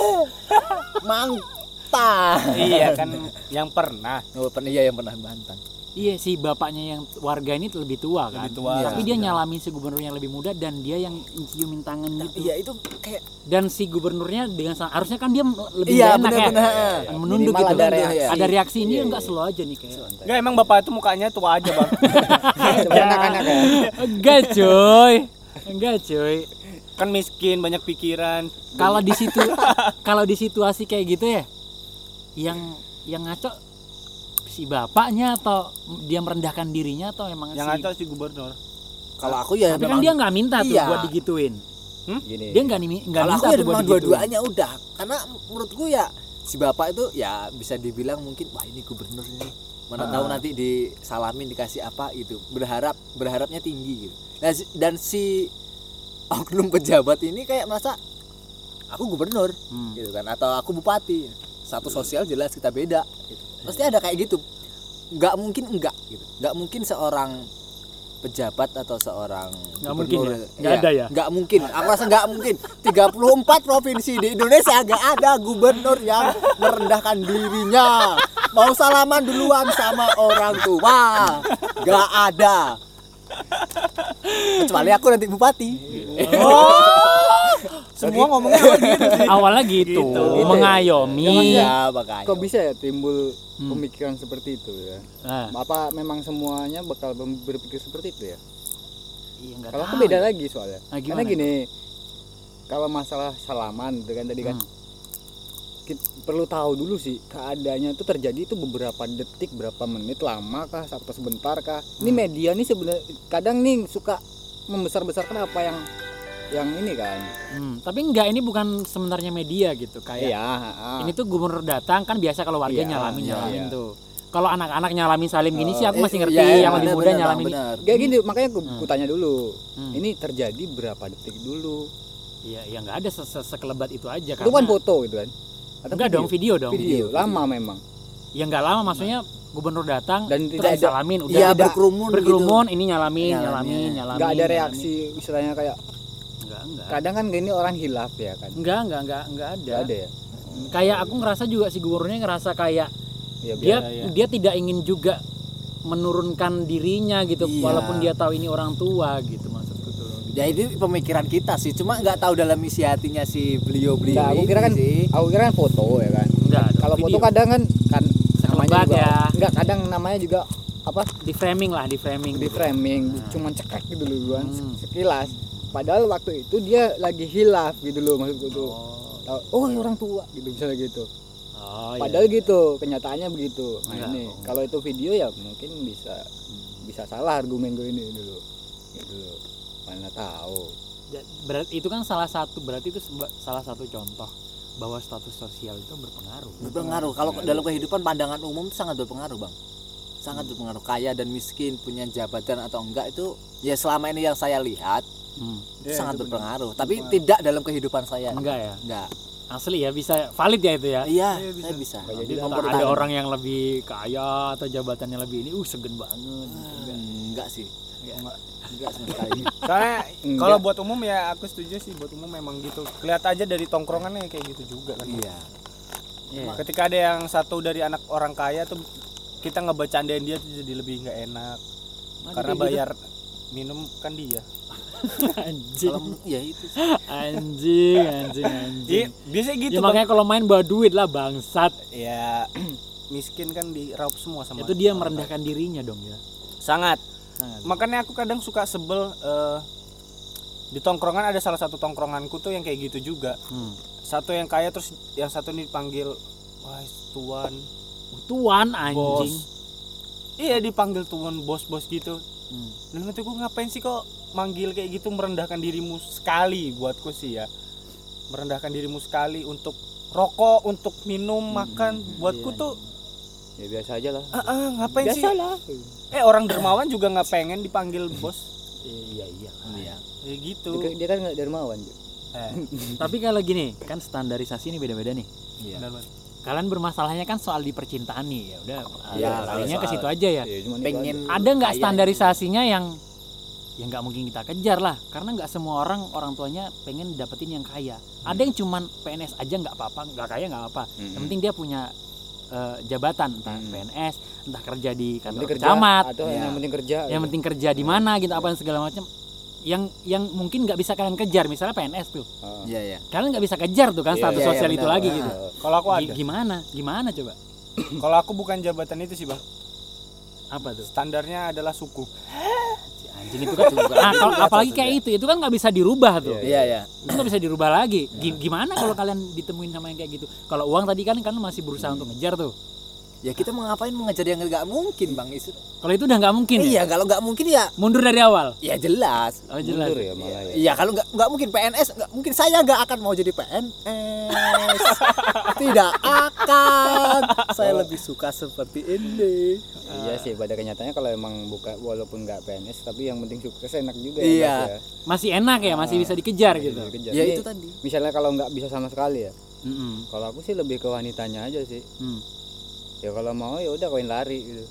Mantap. Iya kan yang pernah. Oh, iya yang pernah mantan. Iya sih, bapaknya yang warga ini lebih tua kan. Lebih tua. Tapi dia nyalamin si gubernur yang lebih muda dan dia yang ciumin tangan gitu. Iya itu kayak Dan si gubernurnya dengan harusnya kan dia lebih iya enak ya. benar. Menunduk Minimal gitu. ada reaksi. Ada reaksi ini enggak slow aja nih kayak. Enggak, emang bapak itu mukanya tua aja bang. Anak-anak ya. Enggak coy. Enggak coy. Kan miskin, banyak pikiran. Kalau di situasi kayak gitu ya, yang ngaco si bapaknya atau dia merendahkan dirinya atau emang Yang si ngaco si gubernur. Kalau aku ya tapi kan dia nggak minta tuh iya. buat digituin. Gini. Dia nggak kalau minta aku ya tuh buat memang digituin. dua-duanya udah, karena menurutku ya si bapak itu ya bisa dibilang mungkin wah ini gubernur ini mana tahu nanti disalamin dikasih apa gitu, berharapnya tinggi gitu. Dan si oknum pejabat ini kayak merasa aku gubernur gitu kan, atau aku bupati, satu sosial jelas kita beda gitu. Pasti ada kayak gitu, nggak mungkin enggak gitu, nggak mungkin seorang pejabat atau seorang Nggak mungkin gubernur, ya? Nggak ada ya? nggak mungkin, aku rasa nggak mungkin. 34 provinsi di Indonesia nggak ada gubernur yang merendahkan dirinya mau salaman duluan sama orang tua, nggak ada, kecuali aku nanti bupati. Semua ngomongnya gitu. Awalnya gitu, mengayomi. Ya makanya Kok bisa ya timbul pemikiran seperti itu ya? Nah, Apa memang semuanya bakal berpikir seperti itu ya? iya nggak Kalau aku tahu. beda lagi soalnya. Nah, Karena gimana? gini, kalau masalah salaman gitu kan tadi kan perlu tahu dulu sih keadaannya itu terjadi itu beberapa detik, berapa menit, lama kah, atau sebentar kah? Ini media nih sebenarnya kadang nih suka membesar-besarkan apa yang ini kan. Tapi enggak, ini bukan sebenarnya media gitu kayak. Iya, Ini tuh gubernur datang kan biasa kalau warga Iya, nyalamin iya. tuh. Kalau anak-anak nyalamin salim gini sih aku masih ngerti, iya, yang lebih benar, muda benar, nyalamin. benar. Kayak gini makanya aku tanya dulu. Ini terjadi berapa detik dulu? Iya, ya nggak ada sekelebat itu aja Itu kan foto gitu kan. Atau Enggak dong, video dong. Video lama memang. Ya nggak lama, maksudnya gubernur datang Dan terus tidak ada- disalamin udah Iya tidak berkerumun gitu. ini nyalamin. Nggak ada reaksi istilahnya kayak Enggak. Kadang kan gini orang hilaf ya kan. Enggak ada. Nggak ada ya. Kayak aku ngerasa juga si gubernurnya ngerasa kayak Ya, dia tidak ingin juga menurunkan dirinya gitu, Iya. walaupun dia tahu ini orang tua gitu maksudku tuh. Ya ini pemikiran kita sih, cuma nggak tahu dalam isi hatinya si beliau Nggak, aku kira kan sih. foto ya kan. Enggak, Kalau foto video. kadang kan namanya Sekelebat juga ya. enggak, kadang namanya juga apa? Di framing. Di framing, cuman cekrek gitu loh kan, Hmm. sekilas. Padahal waktu itu dia lagi hilaf gitu loh maksudku tuh. Oh, orang tua gitu misalnya gitu. Oh, Padahal gitu, kenyataannya begitu. Nah, Enggak. ini kalau itu video ya mungkin bisa salah argumen gue ini dulu. Gitu loh. Mana tahu. Berarti itu kan salah satu contoh bahwa status sosial itu berpengaruh. Berpengaruh. Kalau dalam kehidupan pandangan umum itu sangat berpengaruh, Bang. Sangat berpengaruh. Kaya dan miskin, punya jabatan atau enggak itu ya selama ini yang saya lihat itu Ya, sangat itu berpengaruh. Tapi tidak dalam kehidupan saya. Enggak ya? Enggak. Asli ya, bisa valid ya itu ya. Iya, Iya, saya bisa. Jadi Jadi mempertahankan. ada orang yang lebih kaya atau jabatannya lebih ini, segen banget. Enggak sih. Enggak sama sekali. Soalnya Enggak. kalau buat umum ya aku setuju sih, buat umum memang gitu. Kelihatan aja dari tongkrongannya kayak gitu juga kan. Iya. Iya. Ketika ada yang satu dari anak orang kaya tuh kita ngebecandain dia tuh jadi lebih nggak enak. Karena bayar minum kan dia. Anjing. Kalau ya itu sih. Anjing. Biasanya gitu Ya Bang. makanya kalau main bawa duit lah bangsat. Ya miskin kan diraup semua sama. Itu dia merendahkan dirinya dong ya. Sangat. Sangat. Makanya aku kadang suka sebel di tongkrongan ada salah satu tongkronganku tuh yang kayak gitu juga. Satu yang kaya terus yang satu nih dipanggil wah tuan Tuan bos. anjing. Iya dipanggil tuan bos-bos gitu. Dan nanti gue ngapain sih kok manggil kayak gitu, merendahkan dirimu sekali buatku sih ya. Merendahkan dirimu sekali untuk rokok, untuk minum, makan. Buatku iya. tuh Ya biasa aja lah. ngapain sih? Biasalah. Orang dermawan juga nggak pengen dipanggil bos. Iya. Iya. Kayak gitu. Dia kan nggak dermawan. Tapi kalau gini, kan standarisasi ini beda-beda nih. Iya. Benar-benar. Kalian bermasalahnya kan soal di percintaan nih, ya udah. Ya, larinya ke soal- situ aja ya. Ya, cuman itu Pengen Ada nggak kaya. standarisasinya yang nggak mungkin kita kejar lah, karena nggak semua orang tuanya pengen dapetin yang kaya. Ada yang cuman PNS aja nggak apa-apa, nggak kaya nggak apa. Yang penting dia punya jabatan, entah PNS, entah kerja di yang kantor penting kerja camat, atau Iya. yang penting kerja. yang penting kerja di mana gitu, apa dan segala macam. Yang mungkin nggak bisa kalian kejar, misalnya PNS tuh, Iya, iya. kalian nggak bisa kejar tuh kan Iya, status iya, sosial iya, itu benar. lagi Nah. gitu. Kalau aku ada. Gimana coba? Kalau aku bukan jabatan itu sih bang. Apa tuh? Standarnya adalah suku. Anjing itu kan. Nah, kalau apalagi kayak itu kan nggak bisa dirubah tuh. Iya, iya. Itu nggak bisa dirubah lagi. Gimana kalau kalian ditemuin sama yang kayak gitu? Kalau uang tadi kan masih berusaha untuk ngejar tuh. Ya kita mau ngapain mengejar yang nggak mungkin, Bang Isu? Kalau itu udah nggak mungkin ya? Iya, kalau nggak mungkin ya Mundur dari awal. ya jelas. Oh jelas. Mundur ya malah ya. Iya, kalau nggak mungkin PNS, nggak mungkin saya nggak akan mau jadi PNS. Tidak akan. Saya lebih suka seperti ini. Iya sih, pada kenyataannya kalau emang walaupun nggak PNS tapi yang penting sukses enak juga Iya. ya. Masih enak ya, masih bisa dikejar gitu. Dikejar. Ya Ini itu tadi. Misalnya kalau nggak bisa sama sekali ya. Mm-mm. Kalau aku sih lebih ke wanitanya aja sih. Ya kalau mau ya udah kawin lari gitu.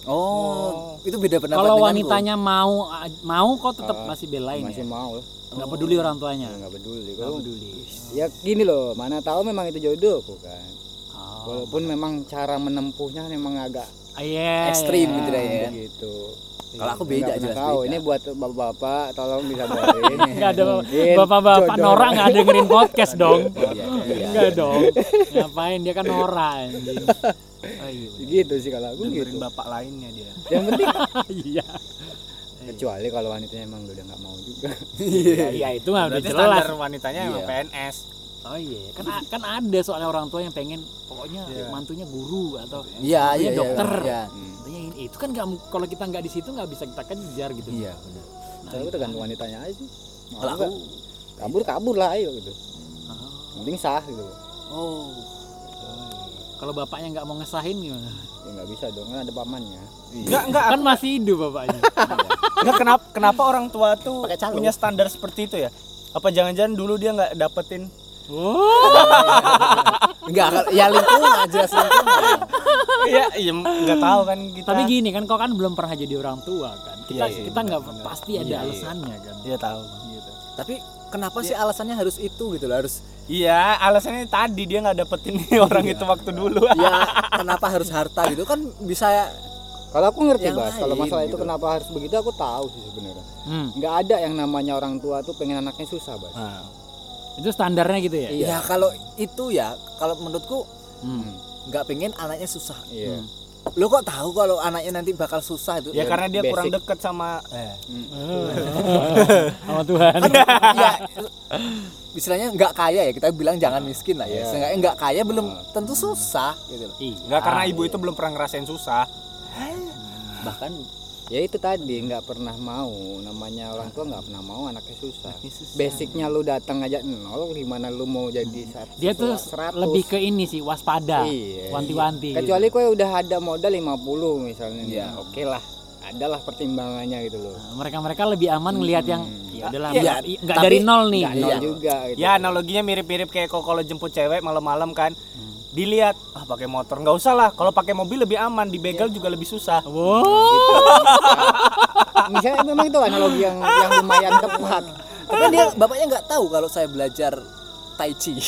Oh, itu beda pendapat Kalau denganku. wanitanya mau kok tetap masih belain Masih ya. mau lah. Nggak peduli orang tuanya. Ya, nggak peduli. Nggak Kalau peduli. ya gini loh, mana tahu memang itu jodohku kan. Oh. Walaupun memang cara menempuhnya memang agak Iya. Ekstrim iya. gitu deh ya. gitu. Kalau aku beda, Nggak pernah jelas tahu. beda. Ini buat bapak-bapak tolong disabarin. Nggak ada Mungkin bapak-bapak jodoh. Nora nggak dengerin podcast dong. Iya. Enggak dong. Ngapain dia kan Nora anjing. Oh iya. bener. Gitu sih kalau aku Dengerin gitu. bapak lainnya dia. Yang penting Iya. kecuali kalau wanitanya emang udah nggak mau juga. Iya itu mah udah Berarti jelas. standar wanitanya emang Iya. PNS. Oh iya, kan ada soalnya orang tua yang pengen pokoknya Iya. mantunya guru atau Iya, mantunya iya, dokter. Iya. Mantunya ini itu kan nggak kalau kita nggak di situ nggak bisa kita kejar gitu. Iya, benar. Kalau aku tergantung wanitanya aja sih. Mau Kalau nggak? aku kabur lah ayo gitu. Ah, Yang penting sah gitu. oh, kalau bapaknya nggak mau ngesahin gimana? Ya nggak bisa dong, kan ada pamannya. Enggak, Kan masih hidup bapaknya. enggak kenapa orang tua tuh Pakai calo. punya standar seperti itu ya? Apa jangan-jangan dulu dia nggak dapetin enggak, ya lingkungan, jelas lingkungan. iya nggak tahu kan kita. Tapi gini kan kau kan belum pernah jadi orang tua kan. Kita Iya, kita nggak benar. pasti ada Iya, iya. alasannya kan. Iya tahu. Gitu. Tapi kenapa sih alasannya harus itu gitu loh, harus Iya, alasannya tadi dia nggak dapetin orang itu waktu dulu. ya kenapa harus harta gitu kan bisa. Kalau aku ngerti Yang Bas, kalau lain masalah itu gitu. kenapa harus begitu aku tahu sih sebenarnya. Nggak ada yang namanya orang tua tuh pengen anaknya susah Bas. Nah, Itu standarnya gitu ya. Ya kalau itu ya, kalau menurutku nggak pengen anaknya susah. Iya. Lo kok tahu kalau anaknya nanti bakal susah itu? ya karena dia basic. kurang deket sama Sama Tuhan. Kan, ya istilahnya nggak kaya ya, kita bilang jangan miskin lah ya. Seenggaknya nggak kaya belum tentu susah gitu loh. nggak karena ibu itu belum pernah ngerasain susah. Bahkan Ya itu tadi nggak pernah mau, namanya orang tua nggak pernah mau anaknya susah. Basicnya lu datang aja nol, gimana lu mau jadi Dia tuh 100? lebih ke ini sih, waspada. Iya. Wanti-wanti. Kecuali kau udah ada modal 50 misalnya, Iya. oke lah, adalah pertimbangannya gitu loh. Nah, mereka lebih aman ngelihat yang ya udahlah Iya, nggak tapi dari nol nih. Nggak nol Iya. juga gitu. Ya analoginya mirip-mirip kayak kalau jemput cewek malam-malam kan. Dilihat, pakai motor nggak usah lah. Kalau pakai mobil lebih aman, dibegal juga lebih susah. Wow. Misalnya memang itu analogi yang lumayan tepat. tapi dia bapaknya nggak tahu kalau saya belajar tai chi.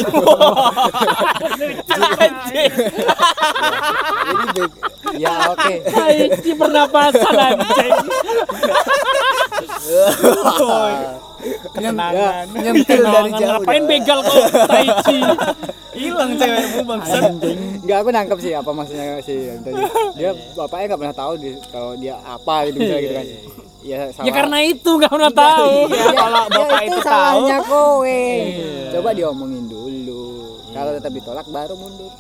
Ya oke. Isi pernapasan anjing. Kenangan. Nyentil dari jauh. Ngapain begal kok tai chi? Hilang cewekmu bangsat. Enggak, aku nangkep sih apa maksudnya sih yang tadi. Dia bapaknya nggak pernah tahu kalau dia apa gitu misalnya gitu kan. Ya salah. Ya karena itu nggak pernah tahu. Ya, kalau bapak itu tahu. salahnya kowe. Coba diomongin dulu. Kalau tetap ditolak baru mundur.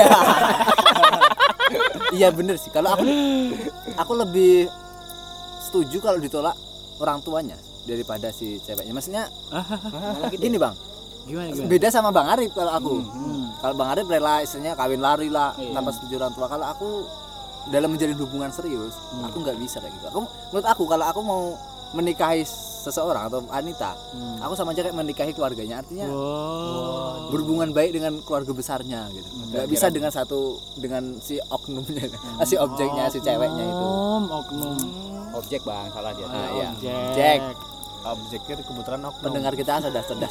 Iya bener sih. Kalau aku lebih setuju kalau ditolak orang tuanya daripada si ceweknya. Maksudnya gini bang, Gimana? beda sama Bang Arif kalau aku. Kalau Bang Arif rela istilahnya kawin lari lah tanpa setuju orang tua. Kalau aku dalam menjalin hubungan serius, aku nggak bisa kayak gitu. Menurut aku kalau aku mau menikahi seseorang atau wanita, aku sama aja kayak menikahi keluarganya. Artinya berhubungan baik dengan keluarga besarnya gitu. Nggak bisa dengan si oknumnya, si objeknya, si ceweknya itu. Oknum. Objek bang, salah dia. Nah, iya. Jack. Objeknya kebetulan oknum. Pendengar kita cerdas.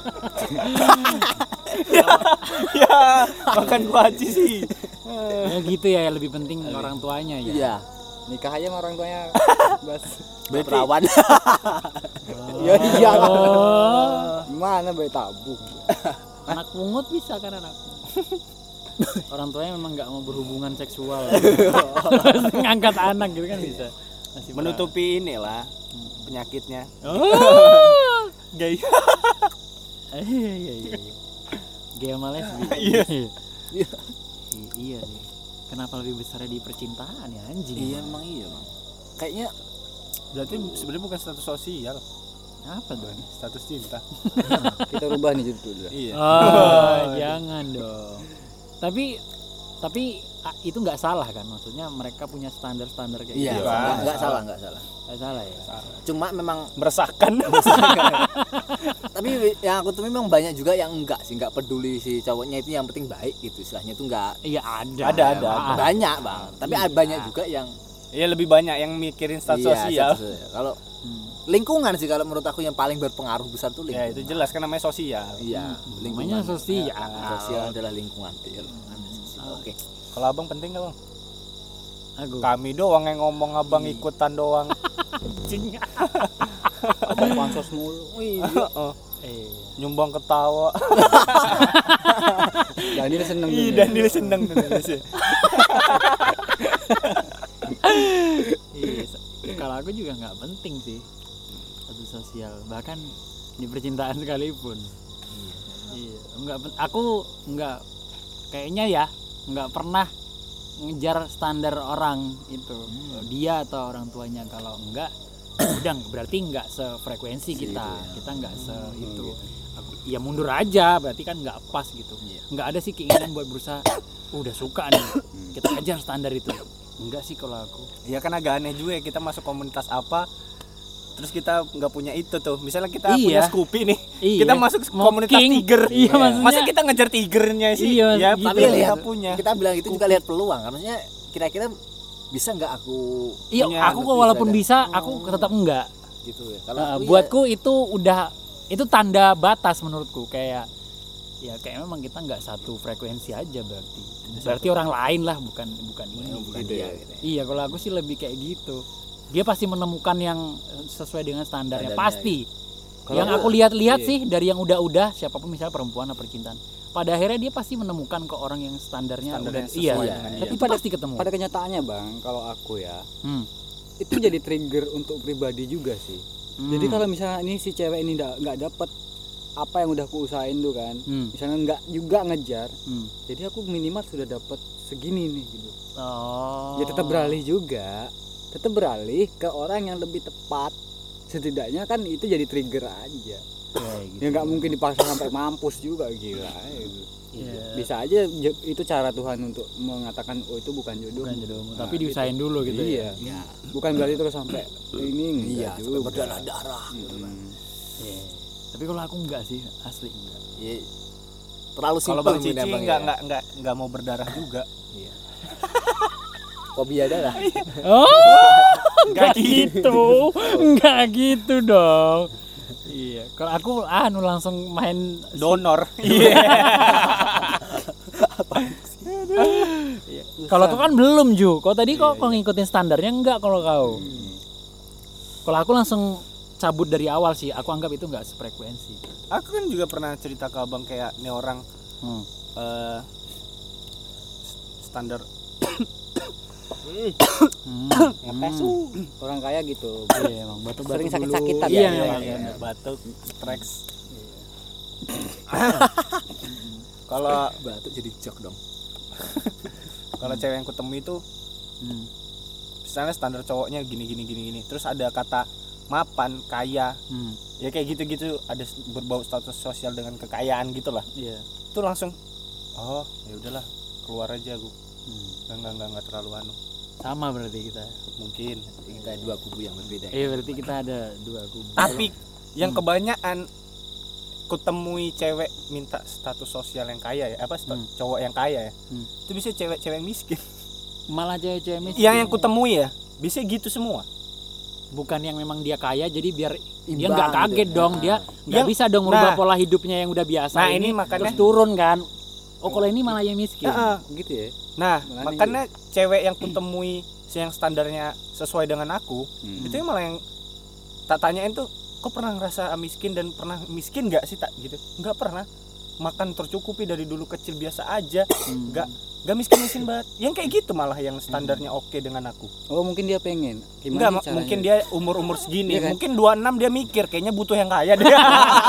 Ya, makan kuaci sih. Ya gitu ya, lebih penting orang tuanya ya. Iya. Nikah aja sama orang tuanya. Bas. Perawan. Ya iyalah. Oh. Gimana bayi tabung? Anak pungut bisa kan anak. Orang tuanya memang nggak mau berhubungan seksual. Ngangkat anak gitu kan bisa. Masih Menutupi inilah penyakitnya. Oh. Gay. Iya. Gay sama lesbi. Iya. Iya nih. Kenapa lebih besarnya di percintaan ya anjing? Iya memang iya bang. Kayaknya Berarti sebenarnya bukan status sosial, Apa dong? status cinta. Kita rubah nih judulnya. Iya. Oh, jangan dong. Tapi itu nggak salah kan? Maksudnya mereka punya standar-standar kayak iya. gitu. Nggak salah. Nggak salah ya. Cuma memang Meresahkan. tapi yang aku tuh memang banyak juga yang enggak sih, enggak peduli si cowoknya itu, yang penting baik gitu istilahnya itu enggak. Iya ada. Ada. Banyak bang, tapi banyak juga yang Iya, lebih banyak yang mikirin status sosial. Kalau lingkungan sih kalau menurut aku yang paling berpengaruh besar tuh Ya lingkungan. itu jelas kan namanya sosial. Iya, Namanya sosial. Sosial adalah lingkungan. Oke. Kalau abang penting nggak bang? Aku. Kami doang yang ngomong, abang ikutan doang. Abang pansos mulu. Nyumbang ketawa. Jadi dia seneng. Ih, dan dia seneng. Kalau aku juga nggak penting sih status sosial, bahkan di percintaan sekalipun. Iya. Aku nggak kayaknya ya nggak pernah ngejar standar orang itu, dia atau orang tuanya. Kalau enggak udah berarti nggak sefrekuensi kita nggak itu. Ya mundur aja, berarti kan nggak pas gitu. Nggak ada sih keinginan buat berusaha udah suka nih kita ajar standar itu. Enggak sih kalau aku. Ya kan agak aneh juga ya, kita masuk komunitas apa terus kita nggak punya itu tuh. Misalnya kita punya Scoopy nih, kita masuk komunitas tiger. Iya, maksudnya masa kita ngejar tigernya sih? Iya, ya gitu. Tapi kita lihat punya. Kita bilang itu juga lihat peluang. Maksudnya kira-kira bisa nggak aku Iya, punya aku lebih walaupun sadar. bisa, aku tetap enggak. gitu ya. Kalau aku Buatku itu udah itu tanda batas menurutku, kayak ya kayak memang kita nggak satu frekuensi aja berarti orang lain lah, bukan ini gitu ya. Iya, kalau aku sih lebih kayak gitu, dia pasti menemukan yang sesuai dengan standarnya pasti. Yang aku lihat-lihat sih dari yang udah siapapun, misalnya perempuan atau percintaan, pada akhirnya dia pasti menemukan ke orang yang standarnya udah tapi pasti ketemu. Pada kenyataannya Bang, kalau aku ya itu jadi trigger untuk pribadi juga sih. Jadi kalau misalnya ini si cewek ini nggak dapet apa yang udah aku usahain tuh kan, misalnya nggak juga ngejar, jadi aku minimal sudah dapet segini nih gitu. Ya tetap beralih ke orang yang lebih tepat, setidaknya kan itu jadi trigger aja. Ya nggak mungkin dipaksa sampai mampus juga, gila gitu. Bisa aja itu cara Tuhan untuk mengatakan oh itu bukan jodohmu, tapi diusahain dulu gitu. Iya. Bukan berarti terus sampai ini juga berdarah-darah gitu kan. Tapi kalau aku enggak sih, asli enggak. Ya, terlalu simpel. Kalau Bang Cici enggak mau berdarah juga. Iya. Fobia darah. Enggak gitu dong. Iya, kalau aku langsung main donor. Kalau kau kan belum Ju. Kau tadi kok ngikutin standarnya enggak kalau kau. Kalau aku langsung cabut dari awal sih, aku anggap itu nggak sefrekuensi. Aku kan juga pernah cerita ke abang kayak nih orang standar orang kaya gitu. Iya, emang batuk sering sakit-sakitan ya. Iya, batuk, treks. Kalau batuk jadi jok dong. Kalau cewek yang ketemu itu misalnya standar cowoknya gini. Terus ada kata mapan, kaya, ya kayak gitu-gitu, ada berbau status sosial dengan kekayaan gitulah. Iya. Itu langsung, oh ya udahlah, keluar aja aku. Nggak terlalu anu. Sama berarti kita. Mungkin kita dua kubu yang berbeda. Iya, berarti kita ada dua kubu. Tapi yang kebanyakan kutemui cewek minta status sosial yang kaya ya, cowok yang kaya ya. Itu bisa cewek-cewek miskin. Malah cewek-cewek miskin. Yang kutemui ya, bisa gitu semua. Bukan yang memang dia kaya jadi biar dia nggak kaget dong, dia nggak Yang- bisa dong merubah pola hidupnya yang udah biasa. Nah, ini makanya- terus turun kan. Oh, kalau ini malah yang miskin. Gitu ya. Nah, Makanya makanya cewek yang kutemui yang standarnya sesuai dengan aku, itu yang malah yang tak tanyain tuh, kok pernah ngerasa miskin dan pernah miskin nggak sih tak gitu? Nggak pernah. Makan tercukupi dari dulu kecil biasa aja, nggak miskin banget. Yang kayak gitu malah yang standarnya oke dengan aku. Oh, mungkin dia pengen. Enggak, Gimana mungkin dia umur segini, Iya kan? mungkin 26 dia mikir kayaknya butuh yang kaya dia.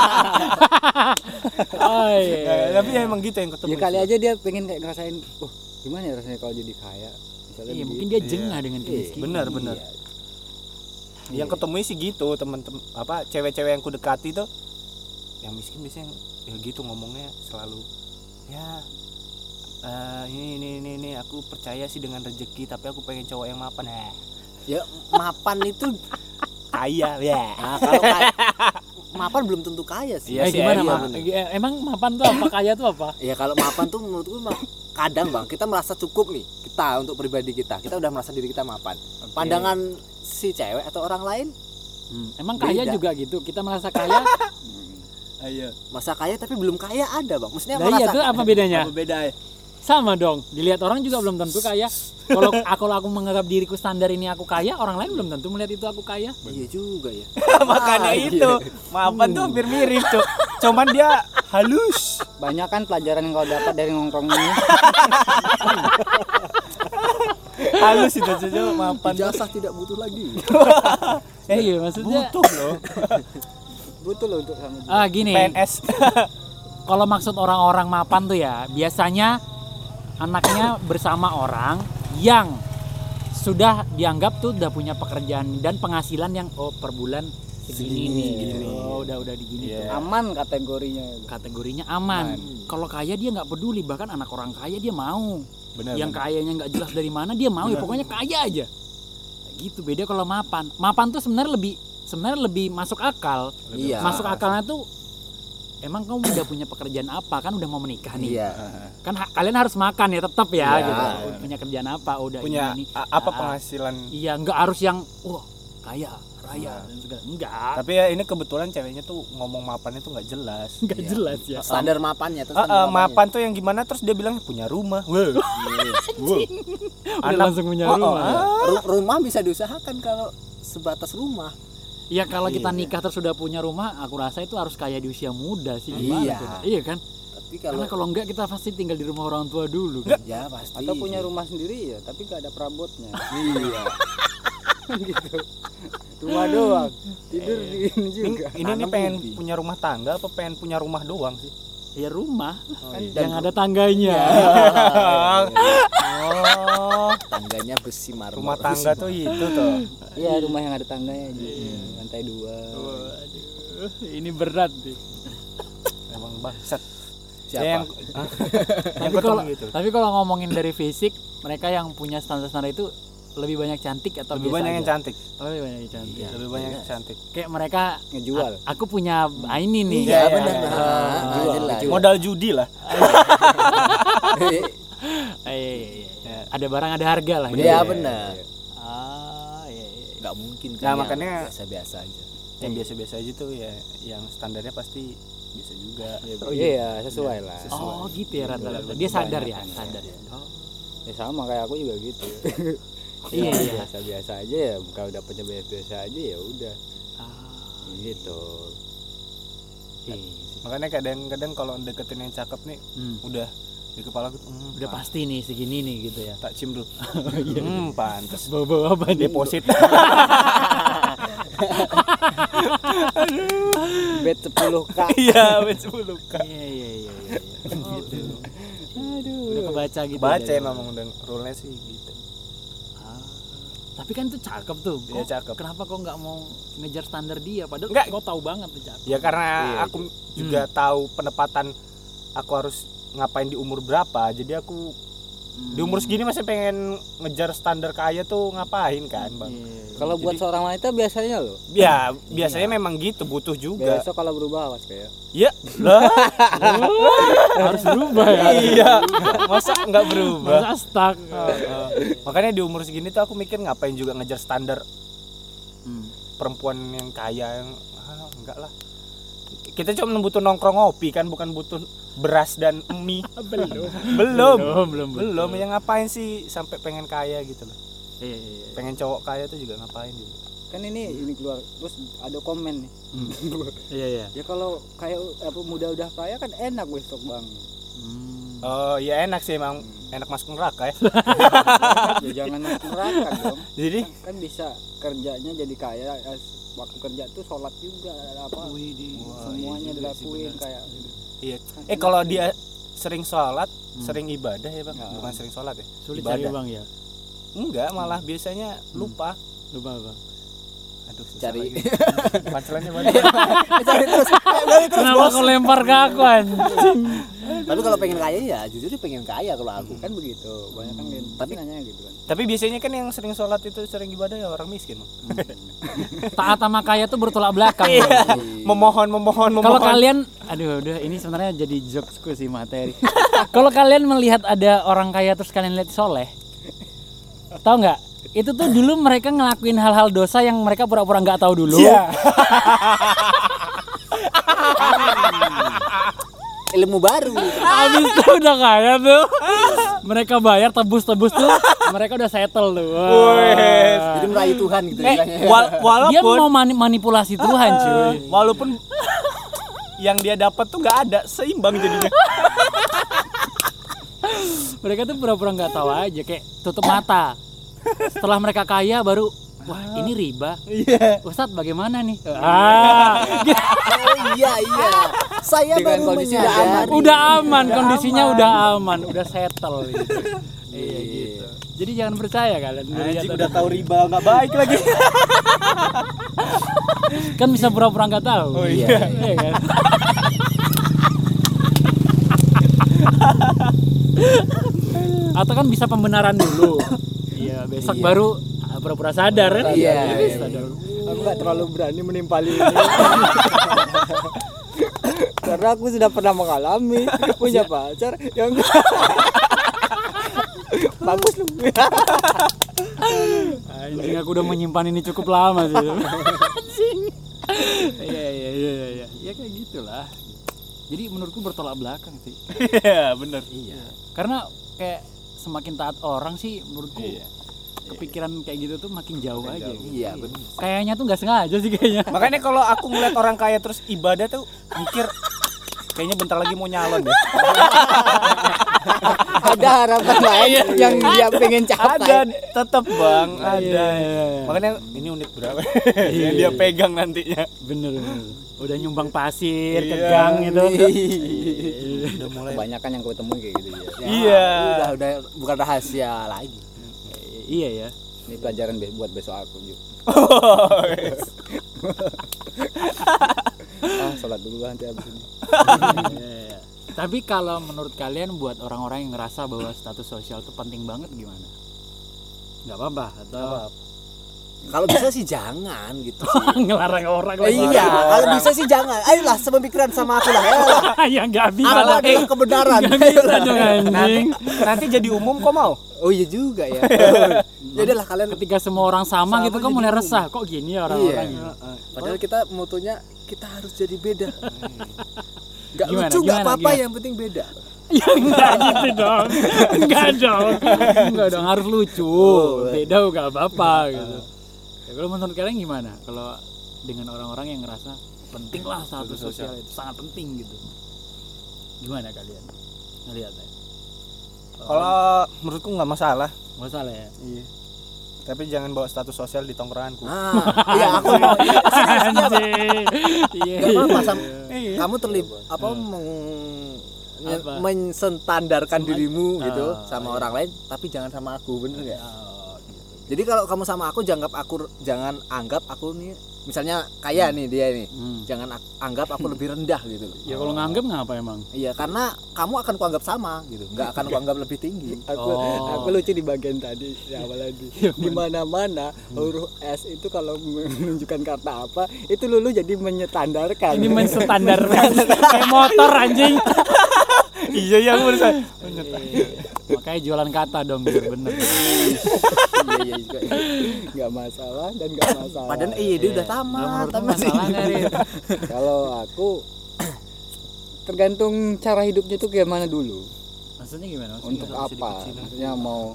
Oh, iya. Tapi ya emang gitu yang ketemu. Ya kali aja dia pengen kayak ngerasain, gimana ya rasanya kalau jadi kaya. Misalnya Iya, begitu. mungkin dia jengah dengan kemiskinan. Benar. Yang ketemu sih gitu, teman-teman cewek-cewek yang kudekati tuh yang miskin biasanya ya gitu ngomongnya selalu ya ini aku percaya sih dengan rezeki tapi aku pengen cowok yang mapan. Ya mapan itu Kaya ya. nah, kalau mapan belum tentu kaya sih. Iya sih, Gimana, iya, Mak? Emang mapan tuh apa, kaya tuh apa? Ya kalau mapan tuh menurutku kadang Bang kita merasa cukup nih, kita untuk pribadi kita udah merasa diri kita mapan. Pandangan si cewek atau orang lain Emang kaya Beda. juga gitu, kita merasa kaya. Ayo. masa kaya tapi belum kaya ada Bang. Maksudnya Nah iya merasa tuh apa bedanya? Apa beda ya? Sama dong, dilihat orang juga belum tentu kaya. Kalau aku menganggap diriku standar ini aku kaya, orang lain belum tentu melihat itu aku kaya. iya juga ya. Makanya itu mapan tuh hampir mirip tuh. Cuman dia halus. Banyak kan pelajaran yang kau dapat dari nongkrong ini. Halus itu saja mapan. Ijazah tidak butuh lagi. Iya maksudnya. Butuh loh. Butuh loh untuk sama. Gini. PNS. Kalau maksud orang-orang mapan tuh ya, biasanya anaknya bersama orang yang sudah dianggap tuh udah punya pekerjaan dan penghasilan yang per bulan segini nih gitu. Udah digini tuh. Aman kategorinya. Kategorinya aman. Kalau kaya dia nggak peduli, bahkan anak orang kaya dia mau. Benar. Yang kayanya nggak jelas dari mana dia mau, ya pokoknya kaya aja. Nah, gitu beda kalau mapan. Mapan tuh sebenarnya lebih masuk akal. Iya. Masuk akalnya tuh emang kamu udah punya pekerjaan apa, kan udah mau menikah nih. Iya. Kan kalian harus makan ya tetap ya Iya. gitu. Punya kerjaan apa, udah Punya ini. apa penghasilan? Iya, nggak harus yang kaya raya dan segala. Enggak. Tapi ya ini kebetulan ceweknya tuh ngomong mapannya tuh nggak jelas. Enggak jelas ya. Standar mapannya tuh. standar Mapan tuh yang gimana, terus dia bilang punya rumah. Wah. Udah langsung punya rumah. Ya? Rumah bisa diusahakan kalau sebatas rumah. Ya kalau kita nikah terus sudah punya rumah, aku rasa itu harus kaya di usia muda sih. Gimana Iya. tuh? Iya kan? Tapi Karena kalau enggak kita pasti tinggal di rumah orang tua dulu kan. ya pasti. Atau punya rumah sendiri ya, tapi gak ada perabotnya. Iya. Gitu. Rumah doang. Tidur di ini juga. Ini nih Tanam pengen ubi. punya rumah tangga apa pengen punya rumah doang sih? Ya rumah Kan yang ada tangganya. Oh, Tangganya besi marmer. rumah tangga tuh itu tuh. Iya, rumah yang ada tangganya aja. Lantai 2. Waduh, ini berat nih. Emang bangsat. Siapa? Ya, yang Tapi ketemu kalau gitu. tapi kalau ngomongin dari fisik, mereka yang punya standar-standar itu lebih banyak cantik atau Lebih biasa banyak yang aja? cantik. Oh, lebih banyak yang cantik. Lebih banyak yang cantik. Kayak mereka Ngejual. aku punya ini nih. Iya, Iya, benar. iya, Jual, Jelas. jual. Modal judi lah. Iya. Ada barang ada harga lah. gitu. Iya benar. Iya, iya. Nggak mungkin kan Nah, yang makanya- biasa-biasa aja. Yang biasa-biasa aja tuh ya, yang standarnya pasti biasa juga. Iya, sesuai lah. Oh, gitu ya rata-rata. Dia sadar ya, sadar ya. Ya sama kayak aku juga gitu. Iya, iya. Biasa-biasa aja ya, kalau dapetnya biasa aja ya udah. Gitu. Iya. Makanya kadang-kadang kalau deketin yang cakep nih, udah di kepala aku Udah pasti nih segini nih gitu ya. tak cium dulu. Pantes. Bawa apa nih? Deposit. Bet 10K. Iya, bet 10K. Iya. Gitu. Aduh. Udah kebaca gitu. Baca dari emang awal. udah rule-nya sih gitu. Tapi kan itu cakep tuh. Iya, cakep. Kenapa kok nggak mau ngejar standar dia? Padahal Nggak. kau tahu banget tuh cakep. Ya karena aku juga tahu penempatan aku harus ngapain di umur berapa. Jadi aku di umur segini masih pengen ngejar standar kaya tuh ngapain kan, Bang? Kalau buat seorang wanita biasanya loh. Ya, biasanya memang gitu, butuh juga. Besok kalau berubah awas kayak. Ya, lah. Harus berubah ya. Iya. Masa nggak berubah? Masa stuck. Makanya di umur segini tuh aku mikir ngapain juga ngejar standar perempuan yang kaya yang enggak lah. Kita cuma butuh nongkrong ngopi kan, bukan butuh beras dan mie. Belum. Yang ngapain sih sampai pengen kaya gitu loh. Iya. Pengen cowok kaya tuh juga ngapain juga. Kan ini keluar terus ada komen nih. Iya. Ya kalau kayak apa muda udah kaya kan enak besok bang. Oh, ya enak sih emang, enak masuk neraka ya. Ya jangan masuk neraka dong. Jadi Kan bisa kerjanya jadi kaya. Waktu kerja tuh sholat juga apa semuanya dilakuin kayak gitu. iya. Kalau dia sering sholat, sering ibadah ya, Bang. Bukan sering sholat ya. Sulit cari Ibadah. bang ya. Enggak, malah biasanya lupa. Lupa bang. Aduh, susah Cari. lagi. Pancelannya mana? Cari terus. Kenapa kau lempar ke aku anjing? Tapi kalau pengen kaya ya jujur dia pengen kaya kalau aku. Kan begitu banyak kan gitu. Tapi nanya gitu kan. Tapi biasanya kan yang sering sholat itu sering ibadah ya orang miskin. Bang. Taat sama kaya tuh bertolak belakang. Iya. Bang. Memohon. Kalau kalian, aduh, udah ini sebenarnya jadi jokesku sih materi. Kalau kalian melihat ada orang kaya terus kalian lihat soleh, tahu nggak? Itu tuh dulu mereka ngelakuin hal-hal dosa yang mereka pura-pura nggak tahu dulu. Iya. Ilmu baru. Habis itu udah kaya tuh, mereka bayar tebus-tebus tuh, mereka udah settle tuh. Wah. Jadi merayu Tuhan gitu istilahnya. Dia Walaupun mau manipulasi Tuhan cuy. walaupun yang dia dapat tuh nggak ada, seimbang jadinya. Mereka tuh pura-pura nggak tahu aja, kayak tutup mata. Setelah mereka kaya baru, wah ini riba. Iya. Ustadz bagaimana nih? Oh iya. Saya Dengan baru kondisi menyadari. Udah aman, kondisinya udah aman, udah settle gitu. Iya gitu. Jadi jangan percaya kalian. Anjing udah tahu riba nggak baik lagi. Kan bisa pura-pura nggak tahu. Oh iya. Iya kan? Atau kan bisa pembenaran dulu. Iya, besok baru pura-pura sadar kan? Iya. Sadar. Aku nggak terlalu berani menimpali ini. Karena aku sudah pernah mengalami punya pacar yang bagus lu. Anjing, aku udah menyimpan ini cukup lama sih. Anjing. Iya. Ya kayak gitulah. Jadi menurutku bertolak belakang sih. Iya, bener. Iya. Karena kayak semakin taat orang sih menurutku. Kepikiran kayak gitu tuh makin jauh aja. Iya, benar. Kayaknya tuh nggak sengaja sih kayaknya. Makanya kalau aku ngeliat orang kaya terus ibadah tuh mikir kayaknya bentar lagi mau nyalon deh. Ada harapan lain yang dia pengen capai. Ada, tetep bang, ada. Iya. Makanya ini unit berapa? Yang dia pegang nantinya. Bener. Udah nyumbang pasir ke Iya. gang gitu. Udah mulai. Kebanyakan yang gue temuin kayak gitu ya. Iya. Udah bukan rahasia lagi. Iya ya. Ini pelajaran buat besok aku juga. Sholat dulu nanti abis ini. Iya. Tapi kalau menurut kalian buat orang-orang yang ngerasa bahwa status sosial itu penting banget gimana? Nggak apa-apa atau Kalau bisa sih jangan gitu sih. ngelarang orang Iya, kalau bisa sih jangan. Ayolah sepemikiran sama aku lah. Ayolah. ya nggak bisa Apa lah. adalah kebenaran? Nggak bisa dong anjing. Nanti jadi umum kok mau? Oh iya juga ya. Jadi lah kalian. Ketika semua orang sama gitu kan jadi mulai umum. resah. Kok gini ya orang-orang? Iya. Padahal kita motonya kita harus jadi beda. Gak Gimana, lucu, gak gimana, apa-apa, gimana? yang penting beda. Ya enggak gitu dong. Enggak dong harus lucu. Beda nggak apa-apa gitu. Ya, kalau menurut kalian gimana? Kalau dengan orang-orang yang ngerasa penting lah status sosial itu sangat penting gitu. Gimana kalian? Ngelihat ya? Kalau menurutku nggak masalah. Masalah ya. Iya. Tapi jangan bawa status sosial di tongkronganku. Iya aku mau. Anjing. Iya. Gak apa-apa sama Iya. kamu terlibat menstandarkan dirimu gitu sama orang lain, tapi jangan sama aku, bener nggak? Jadi kalau kamu sama aku jangan anggap aku nih misalnya kaya nih dia nih, jangan anggap aku lebih rendah gitu loh. Ya kalau nganggep ngapa emang? Iya, karena kamu akan kuanggap sama gitu, nggak akan kuanggap lebih tinggi. Aku lucu di bagian tadi ya apalagi di mana-mana huruf S itu kalau menunjukkan kata apa itu lulu jadi menyetandarkan. Ini menstandarkan kayak motor anjing. Iya yang berusaha. Makanya jualan kata dong biar bener. Iya juga. Nggak masalah dan nggak masalah. Padahal dia udah tamat, tapi masih Masalahnya Rin. Kalau aku tergantung cara hidupnya itu gimana dulu. Maksudnya gimana? Untuk apa? Maksudnya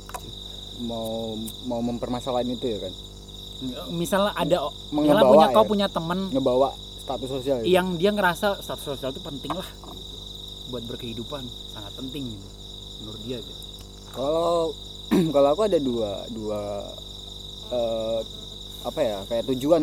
mau mempermasalahin itu ya kan? Misalnya ada Mengebawa kau ya? punya temen Ngebawa status sosial itu. yang dia ngerasa status sosial itu penting lah gitu. Buat berkehidupan sangat penting gitu. Menurut dia gitu. Kalau aku ada dua apa ya kayak tujuan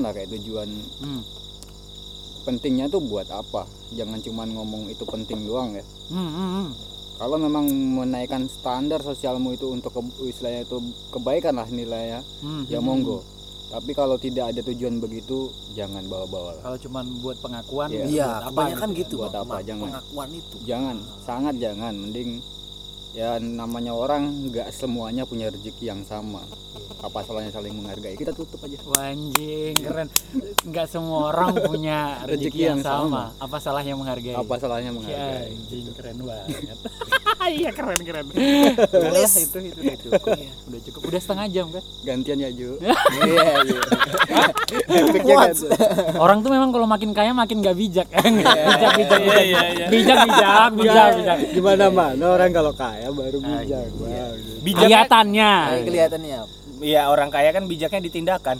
pentingnya tuh buat apa, jangan cuman ngomong itu penting doang ya. Kalau memang menaikkan standar sosialmu itu untuk istilahnya itu kebaikan lah nilainya, ya monggo. Tapi kalau tidak ada tujuan begitu jangan bawa-bawa lah. Kalau cuman buat pengakuan Iya. iya, buat apa kebanyakan gitu. gitu. Buat apa, jangan. Pengakuan itu. Jangan, sangat jangan. Mending ya namanya orang nggak semuanya punya rezeki yang sama. Apa salahnya saling menghargai? Kita tutup aja. Wah, anjing keren. Enggak semua orang punya rezeki yang sama. Apa salahnya menghargai? Apa salahnya Ya, menghargai? anjing keren banget. Iya keren. Udah itu udah cukup ya. Udah cukup. Udah setengah jam kan? Gantian ya Ju. Iya. Epicnya kan tuh. Orang tuh memang kalau makin kaya makin gak bijak. Iya. Bijak. Gimana mana orang kalau kaya baru bijak. Bijaknya, Kelihatannya. Kelihatannya. iya orang kaya kan bijaknya ditindakan.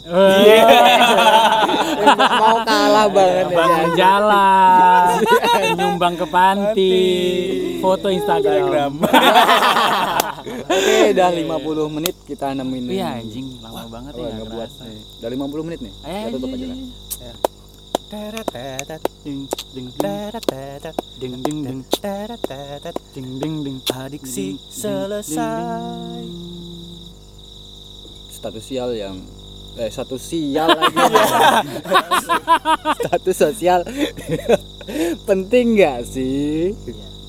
Mau kalah banget ya. Bangun jalan, nyumbang ke panti, foto Instagram. Oke, udah 50 menit kita nemuin. Iya anjing, lama banget ya. ngebuat. Kerasa. Udah 50 menit nih. Ayo, Kita tutup aja lah. Teretetet, Ding ding teretetet, ding ding ding teretetet. ding ding ding. Adiksi selesai. Status sial yang status sial lagi. Status sosial penting nggak sih?